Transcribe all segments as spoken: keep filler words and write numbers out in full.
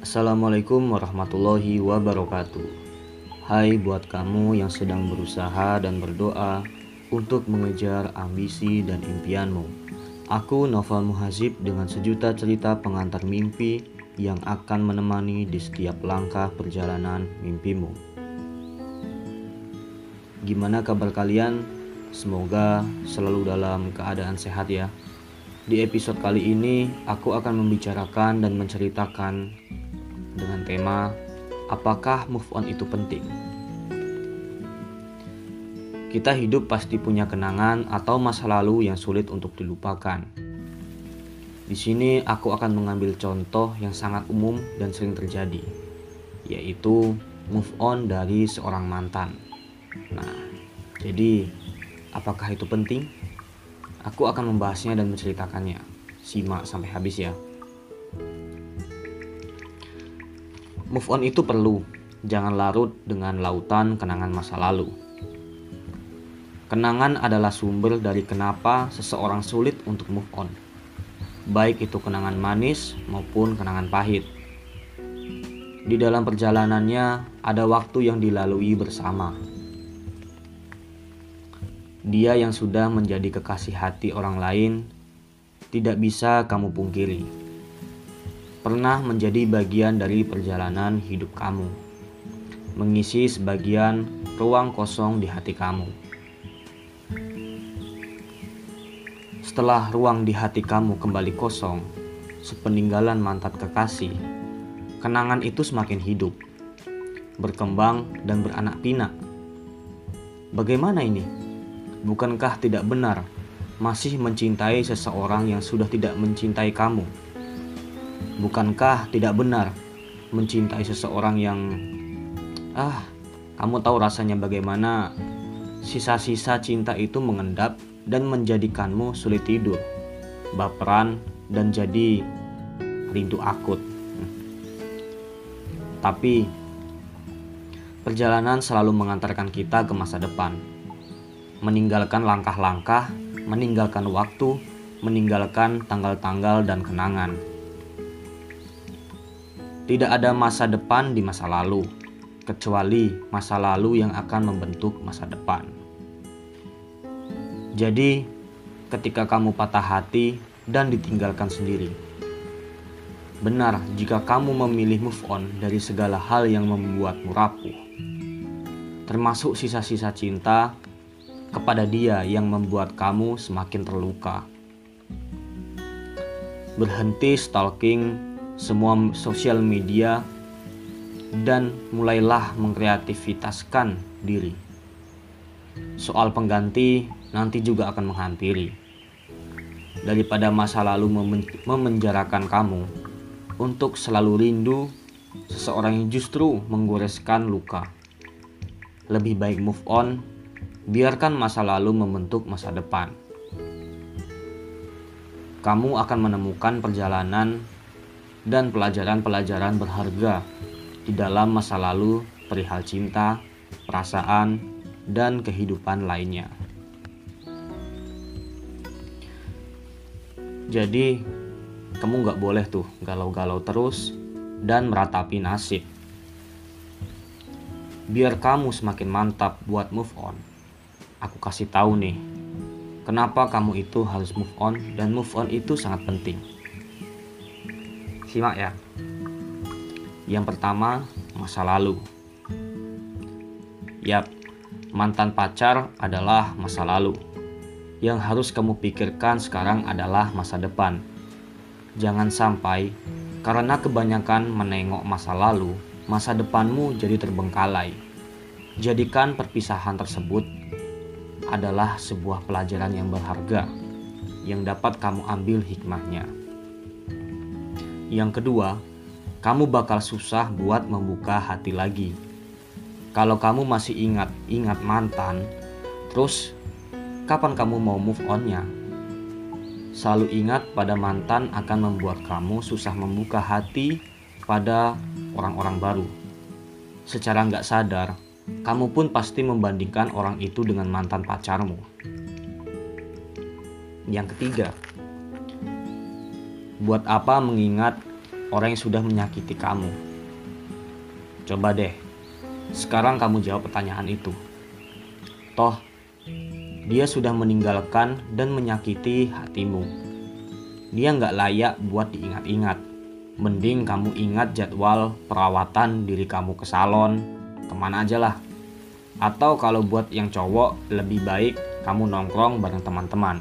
Assalamualaikum warahmatullahi wabarakatuh. Hai buat kamu yang sedang berusaha dan berdoa untuk mengejar ambisi dan impianmu. Aku Noval Muhazib dengan sejuta cerita pengantar mimpi yang akan menemani di setiap langkah perjalanan mimpimu. Gimana kabar kalian? Semoga selalu dalam keadaan sehat ya. Di episode kali ini aku akan membicarakan dan menceritakan dengan tema apakah move on itu penting? Kita hidup pasti punya kenangan atau masa lalu yang sulit untuk dilupakan. Di sini aku akan mengambil contoh yang sangat umum dan sering terjadi, yaitu move on dari seorang mantan. Nah, jadi apakah itu penting? Aku akan membahasnya dan menceritakannya. Simak sampai habis ya. Move on itu perlu, jangan larut dengan lautan kenangan masa lalu. Kenangan adalah sumber dari kenapa seseorang sulit untuk move on. Baik itu kenangan manis maupun kenangan pahit. Di dalam perjalanannya ada waktu yang dilalui bersama. Dia yang sudah menjadi kekasih hati orang lain tidak bisa kamu pungkiri. Pernah menjadi bagian dari perjalanan hidup kamu, mengisi sebagian ruang kosong di hati kamu. Setelah ruang di hati kamu kembali kosong, sepeninggalan mantan kekasih, kenangan itu semakin hidup, berkembang dan beranak pinak. Bagaimana ini? Bukankah tidak benar masih mencintai seseorang yang sudah tidak mencintai kamu? Bukankah tidak benar mencintai seseorang yang ah, kamu tahu rasanya bagaimana sisa-sisa cinta itu mengendap dan menjadikanmu sulit tidur, baperan dan jadi rindu akut. Tapi perjalanan selalu mengantarkan kita ke masa depan, meninggalkan langkah-langkah, meninggalkan waktu, meninggalkan tanggal-tanggal dan kenangan. Tidak ada masa depan di masa lalu, kecuali masa lalu yang akan membentuk masa depan. Jadi, ketika kamu patah hati dan ditinggalkan sendiri, benar jika kamu memilih move on dari segala hal yang membuatmu rapuh, termasuk sisa-sisa cinta kepada dia yang membuat kamu semakin terluka. Berhenti stalking semua sosial media dan mulailah mengkreativitaskan diri. Soal pengganti nanti juga akan menghampiri. Daripada masa lalu memen- memenjarakan kamu untuk selalu rindu seseorang yang justru menggoreskan luka. Lebih baik move on, biarkan masa lalu membentuk masa depan. Kamu akan menemukan perjalanan dan pelajaran-pelajaran berharga di dalam masa lalu perihal cinta, perasaan, dan kehidupan lainnya. Jadi, kamu gak boleh tuh galau-galau terus dan meratapi nasib. Biar kamu semakin mantap buat move on, aku kasih tahu nih, kenapa kamu itu harus move on dan move on itu sangat penting. Simak ya. Yang pertama, masa lalu. Yap, mantan pacar adalah masa lalu. Yang harus kamu pikirkan sekarang adalah masa depan. Jangan sampai karena kebanyakan menengok masa lalu, masa depanmu jadi terbengkalai. Jadikan perpisahan tersebut adalah sebuah pelajaran yang berharga yang dapat kamu ambil hikmahnya. Yang kedua, kamu bakal susah buat membuka hati lagi. Kalau kamu masih ingat-ingat mantan, terus kapan kamu mau move on-nya? Selalu ingat pada mantan akan membuat kamu susah membuka hati pada orang-orang baru. Secara nggak sadar, kamu pun pasti membandingkan orang itu dengan mantan pacarmu. Yang ketiga, buat apa mengingat orang yang sudah menyakiti kamu? Coba deh, sekarang kamu jawab pertanyaan itu. Toh, dia sudah meninggalkan dan menyakiti hatimu. Dia nggak layak buat diingat-ingat. Mending kamu ingat jadwal perawatan diri kamu ke salon, kemana aja lah. Atau kalau buat yang cowok, lebih baik kamu nongkrong bareng teman-teman.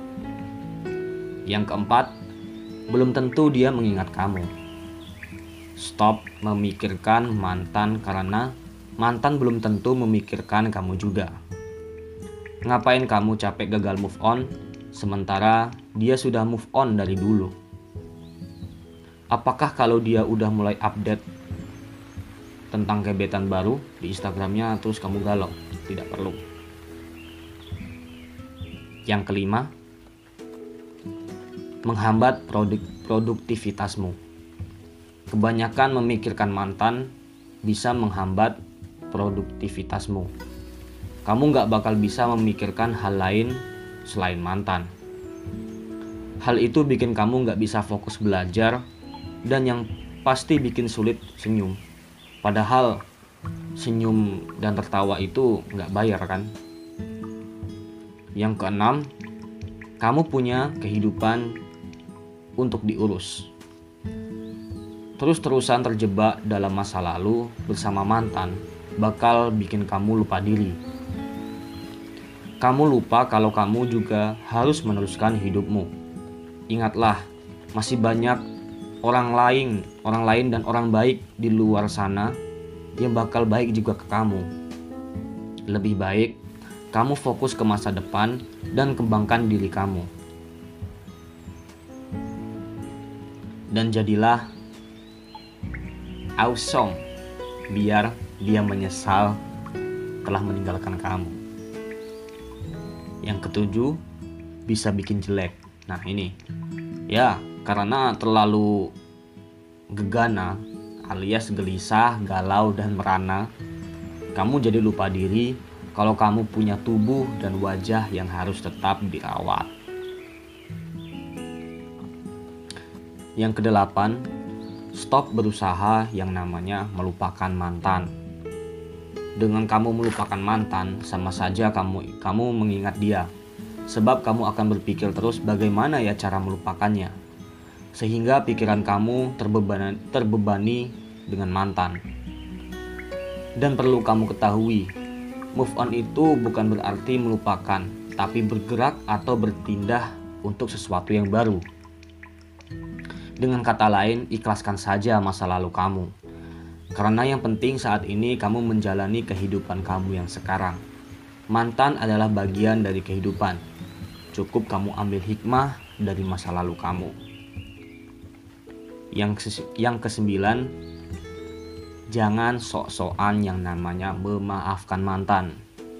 Yang keempat, belum tentu dia mengingat kamu. Stop memikirkan mantan karena mantan belum tentu memikirkan kamu juga. Ngapain kamu capek gagal move on, sementara dia sudah move on dari dulu? Apakah kalau dia udah mulai update tentang gebetan baru di Instagramnya terus kamu galau? Tidak perlu. Yang kelima, menghambat produk produktivitasmu. Kebanyakan memikirkan mantan bisa menghambat produktivitasmu. Kamu gak bakal bisa memikirkan hal lain selain mantan. Hal itu bikin kamu gak bisa fokus belajar dan yang pasti bikin sulit senyum. Padahal senyum dan tertawa itu gak bayar kan? Yang keenam, kamu punya kehidupan untuk diurus. Terus-terusan terjebak dalam masa lalu bersama mantan bakal bikin kamu lupa diri. Kamu lupa kalau kamu juga harus meneruskan hidupmu. Ingatlah, masih banyak orang lain, orang lain dan orang baik di luar sana yang bakal baik juga ke kamu. Lebih baik kamu fokus ke masa depan dan kembangkan diri kamu. Dan jadilah awesome biar dia menyesal telah meninggalkan kamu. Yang ketujuh, bisa bikin jelek. Nah ini, ya karena terlalu gegana alias gelisah, galau, dan merana, kamu jadi lupa diri kalau kamu punya tubuh dan wajah yang harus tetap dirawat. Yang kedelapan, stop berusaha yang namanya melupakan mantan. Dengan kamu melupakan mantan, sama saja kamu kamu mengingat dia. Sebab kamu akan berpikir terus bagaimana ya cara melupakannya. Sehingga pikiran kamu terbebani, terbebani dengan mantan. Dan perlu kamu ketahui, move on itu bukan berarti melupakan, tapi bergerak atau berpindah untuk sesuatu yang baru. Dengan kata lain, ikhlaskan saja masa lalu kamu. Karena yang penting saat ini kamu menjalani kehidupan kamu yang sekarang. Mantan adalah bagian dari kehidupan. Cukup kamu ambil hikmah dari masa lalu kamu. Yang, yang kesembilan, jangan sok-sokan yang namanya memaafkan mantan.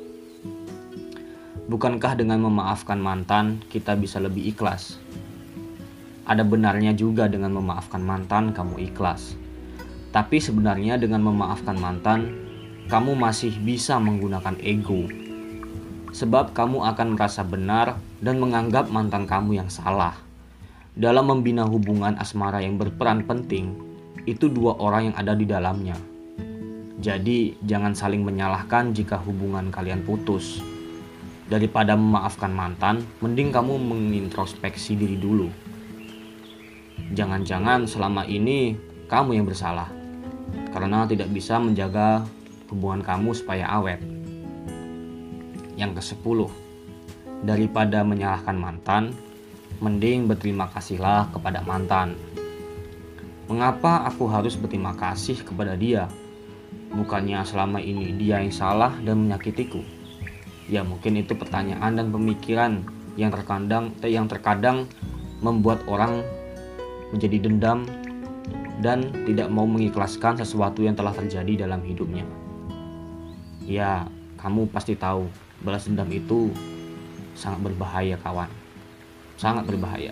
Bukankah dengan memaafkan mantan kita bisa lebih ikhlas? Ada benarnya juga dengan memaafkan mantan kamu ikhlas. Tapi sebenarnya dengan memaafkan mantan, kamu masih bisa menggunakan ego. Sebab kamu akan merasa benar dan menganggap mantan kamu yang salah. Dalam membina hubungan asmara yang berperan penting, itu dua orang yang ada di dalamnya. Jadi jangan saling menyalahkan jika hubungan kalian putus. Daripada memaafkan mantan, mending kamu mengintrospeksi diri dulu. Jangan-jangan selama ini kamu yang bersalah karena tidak bisa menjaga hubungan kamu supaya awet. Yang kesepuluh, daripada menyalahkan mantan, mending berterima kasihlah kepada mantan. Mengapa aku harus berterima kasih kepada dia? Bukannya selama ini dia yang salah dan menyakitiku? Ya mungkin itu pertanyaan dan pemikiran yang terkadang yang terkadang membuat orang menjadi dendam dan tidak mau mengikhlaskan sesuatu yang telah terjadi dalam hidupnya. Ya, kamu pasti tahu balas dendam itu sangat berbahaya kawan. Sangat berbahaya.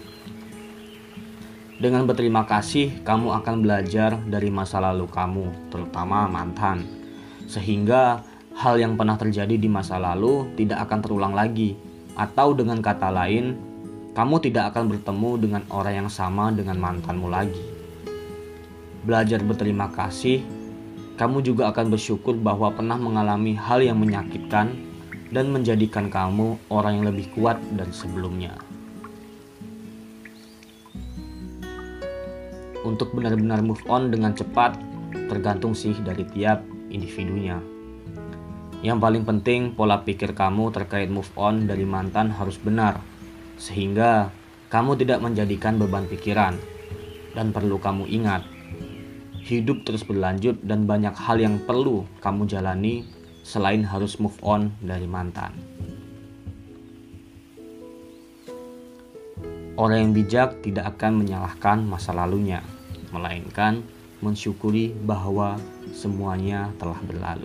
Dengan berterima kasih, kamu akan belajar dari masa lalu kamu, terutama mantan. Sehingga hal yang pernah terjadi di masa lalu tidak akan terulang lagi. Atau dengan kata lain, kamu tidak akan bertemu dengan orang yang sama dengan mantanmu lagi. belajar berterima kasih, kamu juga akan bersyukur bahwa pernah mengalami hal yang menyakitkan dan menjadikan kamu orang yang lebih kuat dari sebelumnya. Untuk benar-benar move on dengan cepat tergantung sih dari tiap individunya. Yang paling penting, pola pikir kamu terkait move on dari mantan harus benar, sehingga kamu tidak menjadikan beban pikiran. Dan perlu kamu ingat, hidup terus berlanjut dan banyak hal yang perlu kamu jalani selain harus move on dari mantan. Orang yang bijak tidak akan menyalahkan masa lalunya, melainkan mensyukuri bahwa semuanya telah berlalu.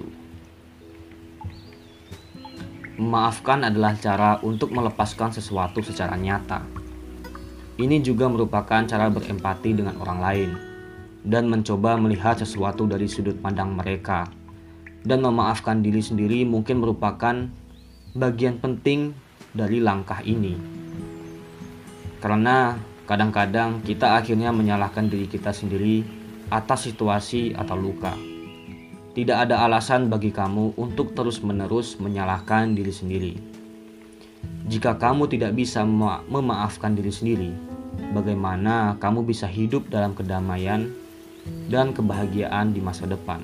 Memaafkan adalah cara untuk melepaskan sesuatu secara nyata. Ini juga merupakan cara berempati dengan orang lain dan mencoba melihat sesuatu dari sudut pandang mereka. Dan memaafkan diri sendiri mungkin merupakan bagian penting dari langkah ini. Karena kadang-kadang kita akhirnya menyalahkan diri kita sendiri atas situasi atau luka. Tidak ada alasan bagi kamu untuk terus-menerus menyalahkan diri sendiri. Jika kamu tidak bisa mema- memaafkan diri sendiri, bagaimana kamu bisa hidup dalam kedamaian dan kebahagiaan di masa depan?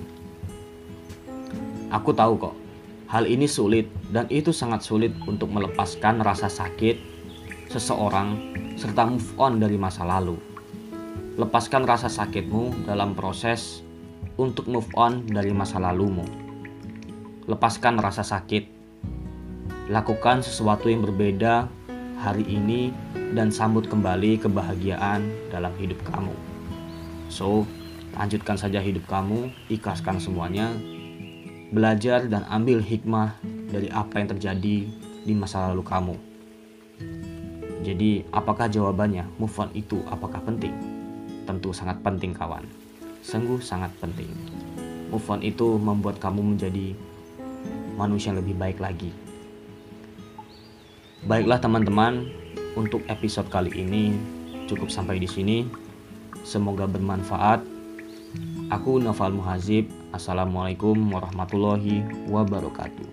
Aku tahu kok, hal ini sulit dan itu sangat sulit untuk melepaskan rasa sakit seseorang serta move on dari masa lalu. Lepaskan rasa sakitmu dalam proses untuk move on dari masa lalumu. Lepaskan rasa sakit. Lakukan sesuatu yang berbeda hari ini dan sambut kembali kebahagiaan dalam hidup kamu. So, lanjutkan saja hidup kamu, ikhlaskan semuanya, belajar dan ambil hikmah dari apa yang terjadi di masa lalu kamu. Jadi, apakah jawabannya move on itu apakah penting? Tentu sangat penting, kawan. Sungguh sangat penting. Move on itu membuat kamu menjadi manusia yang lebih baik lagi. Baiklah teman-teman, untuk episode kali ini cukup sampai di sini. Semoga bermanfaat. Aku Naufal Muhazib. Assalamualaikum warahmatullahi wabarakatuh.